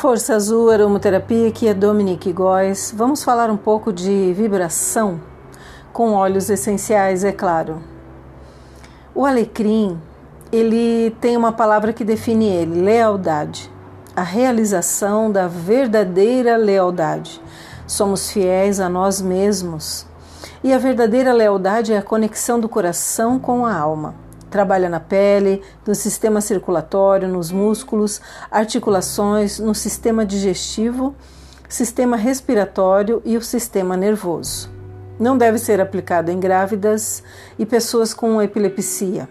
Força Azul Aromaterapia, aqui é Dominique Góes. Vamos falar um pouco de vibração com óleos essenciais, é claro. O alecrim, ele tem uma palavra que define ele, lealdade. A realização da verdadeira lealdade. Somos fiéis a nós mesmos. E a verdadeira lealdade é a conexão do coração com a alma. Trabalha na pele, no sistema circulatório, nos músculos, articulações, no sistema digestivo, sistema respiratório e o sistema nervoso. Não deve ser aplicado em grávidas e pessoas com epilepsia.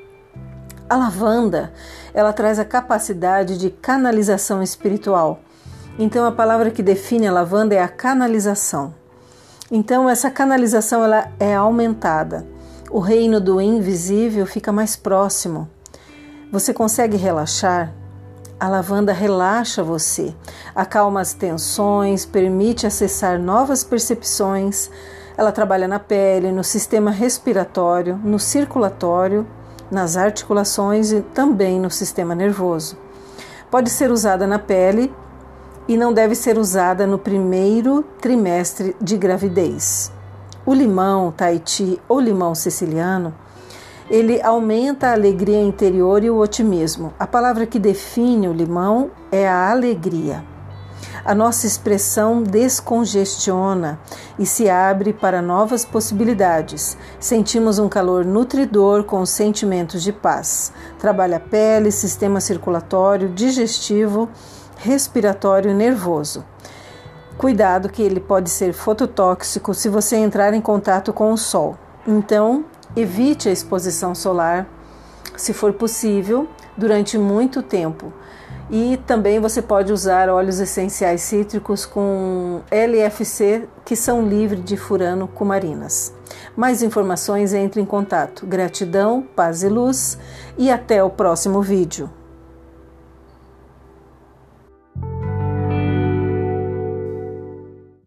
A lavanda, ela traz a capacidade de canalização espiritual. Então a palavra que define a lavanda é a canalização. Então essa canalização ela é aumentada. O reino do invisível fica mais próximo. Você consegue relaxar? A lavanda relaxa você, acalma as tensões, permite acessar novas percepções. Ela trabalha na pele, no sistema respiratório, no circulatório, nas articulações e também no sistema nervoso. Pode ser usada na pele e não deve ser usada no primeiro trimestre de gravidez. O limão Tahiti ou limão siciliano, ele aumenta a alegria interior e o otimismo. A palavra que define o limão é a alegria. A nossa expressão descongestiona e se abre para novas possibilidades. Sentimos um calor nutridor com sentimentos de paz. Trabalha a pele, sistema circulatório, digestivo, respiratório e nervoso. Cuidado que ele pode ser fototóxico se você entrar em contato com o sol. Então, evite a exposição solar, se for possível, durante muito tempo. E também você pode usar óleos essenciais cítricos com LFC, que são livres de furano cumarinas. Mais informações, entre em contato. Gratidão, paz e luz e até o próximo vídeo.